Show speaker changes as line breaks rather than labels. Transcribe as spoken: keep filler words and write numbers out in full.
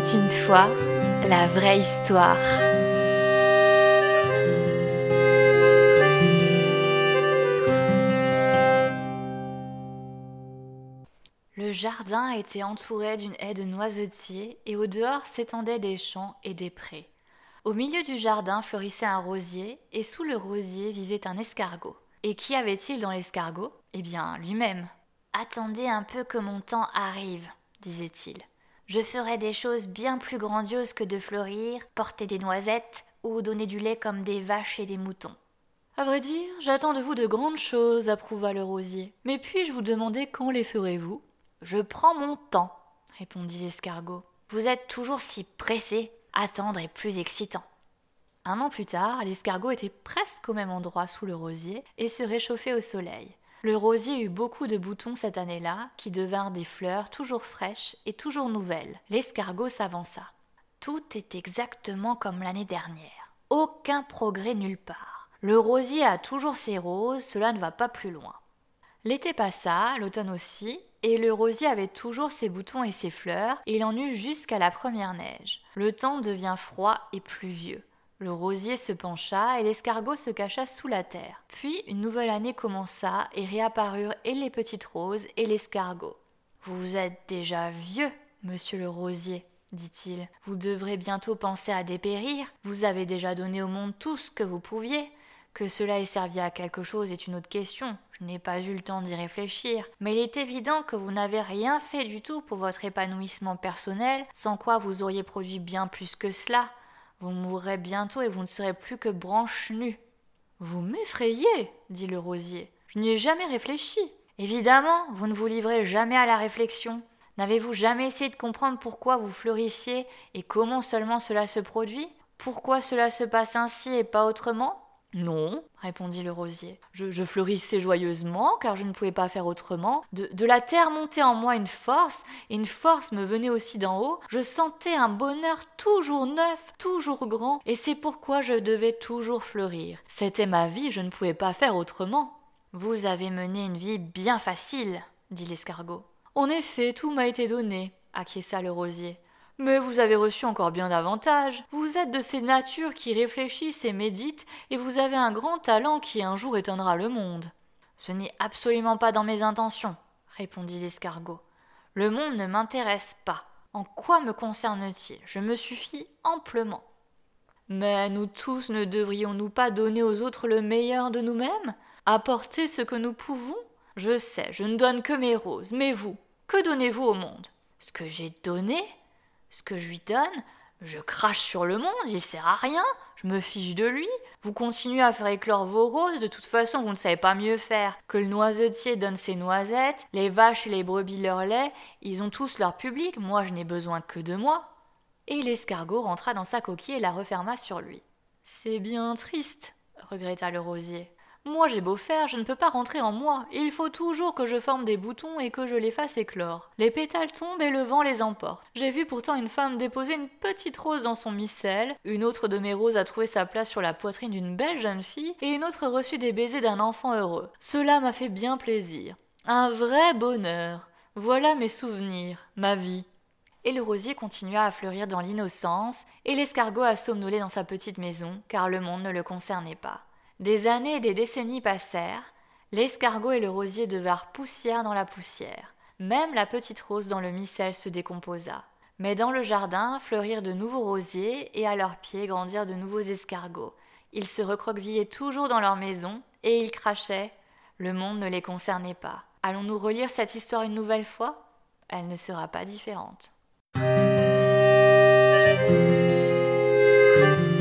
était une fois la vraie histoire. Le jardin était entouré d'une haie de noisetiers et au dehors s'étendaient des champs et des prés. Au milieu du jardin florissait un rosier et sous le rosier vivait un escargot. Et qui avait-il dans l'escargot ? Eh bien, lui-même. « Attendez un peu que mon temps arrive, » disait-il. « Je ferai des choses bien plus grandioses que de fleurir, porter des noisettes ou donner du lait comme des vaches et des moutons. » « À vrai dire, j'attends de vous de grandes choses, » approuva le rosier. « Mais puis-je vous demander quand les ferez-vous ?»« Je prends mon temps, » répondit l'escargot. « Vous êtes toujours si pressé, attendre est plus excitant. » Un an plus tard, l'escargot était presque au même endroit sous le rosier et se réchauffait au soleil. Le rosier eut beaucoup de boutons cette année-là, qui devinrent des fleurs toujours fraîches et toujours nouvelles. L'escargot s'avança. « Tout est exactement comme l'année dernière. Aucun progrès nulle part. Le rosier a toujours ses roses, cela ne va pas plus loin. » L'été passa, l'automne aussi, et le rosier avait toujours ses boutons et ses fleurs, et il en eut jusqu'à la première neige. Le temps devint froid et pluvieux. Le rosier se pencha et l'escargot se cacha sous la terre. Puis une nouvelle année commença et réapparurent et les petites roses et l'escargot. « Vous êtes déjà vieux, monsieur le rosier, » dit-il. « Vous devrez bientôt penser à dépérir. Vous avez déjà donné au monde tout ce que vous pouviez. Que cela ait servi à quelque chose est une autre question. Je n'ai pas eu le temps d'y réfléchir. Mais il est évident que vous n'avez rien fait du tout pour votre épanouissement personnel, sans quoi vous auriez produit bien plus que cela. Vous mourrez bientôt et vous ne serez plus que branche nue. »« Vous m'effrayez, » dit le rosier. « Je n'y ai jamais réfléchi. » »« Évidemment, vous ne vous livrez jamais à la réflexion. N'avez-vous jamais essayé de comprendre pourquoi vous fleurissiez et comment seulement cela se produit ? Pourquoi cela se passe ainsi et pas autrement ? » « Non, » répondit le rosier. Je, je fleurissais joyeusement, car je ne pouvais pas faire autrement. De, de la terre montait en moi une force, et une force me venait aussi d'en haut. Je sentais un bonheur toujours neuf, toujours grand, et c'est pourquoi je devais toujours fleurir. C'était ma vie, je ne pouvais pas faire autrement. « Vous avez mené une vie bien facile, » dit l'escargot. « En effet, tout m'a été donné, » acquiesça le rosier. « Mais vous avez reçu encore bien davantage. Vous êtes de ces natures qui réfléchissent et méditent, et vous avez un grand talent qui un jour étonnera le monde. »« Ce n'est absolument pas dans mes intentions, » répondit l'escargot. « Le monde ne m'intéresse pas. En quoi me concerne-t-il ? Je me suffis amplement. »« Mais nous tous ne devrions-nous pas donner aux autres le meilleur de nous-mêmes ? Apporter ce que nous pouvons ? Je sais, je ne donne que mes roses, mais vous, que donnez-vous au monde ? » ?»« Ce que j'ai donné ? Ce que je lui donne, je crache sur le monde, il sert à rien, je me fiche de lui. Vous continuez à faire éclore vos roses, de toute façon vous ne savez pas mieux faire. Que le noisetier donne ses noisettes, les vaches et les brebis leur lait, ils ont tous leur public, moi je n'ai besoin que de moi. » Et l'escargot rentra dans sa coquille et la referma sur lui. « C'est bien triste, » regretta le rosier. « Moi j'ai beau faire, je ne peux pas rentrer en moi. Il faut toujours que je forme des boutons et que je les fasse éclore. Les pétales tombent et le vent les emporte. J'ai vu pourtant une femme déposer une petite rose dans son micelle, une autre de mes roses a trouvé sa place sur la poitrine d'une belle jeune fille, et une autre reçut des baisers d'un enfant heureux. Cela m'a fait bien plaisir. Un vrai bonheur. Voilà mes souvenirs, ma vie. » Et le rosier continua à fleurir dans l'innocence, et l'escargot à somnoler dans sa petite maison, car le monde ne le concernait pas. Des années et des décennies passèrent, l'escargot et le rosier devinrent poussière dans la poussière. Même la petite rose dans le micelle se décomposa. Mais dans le jardin fleurirent de nouveaux rosiers et à leurs pieds grandirent de nouveaux escargots. Ils se recroquevillaient toujours dans leur maison et ils crachaient. Le monde ne les concernait pas. Allons-nous relire cette histoire une nouvelle fois ? Elle ne sera pas différente.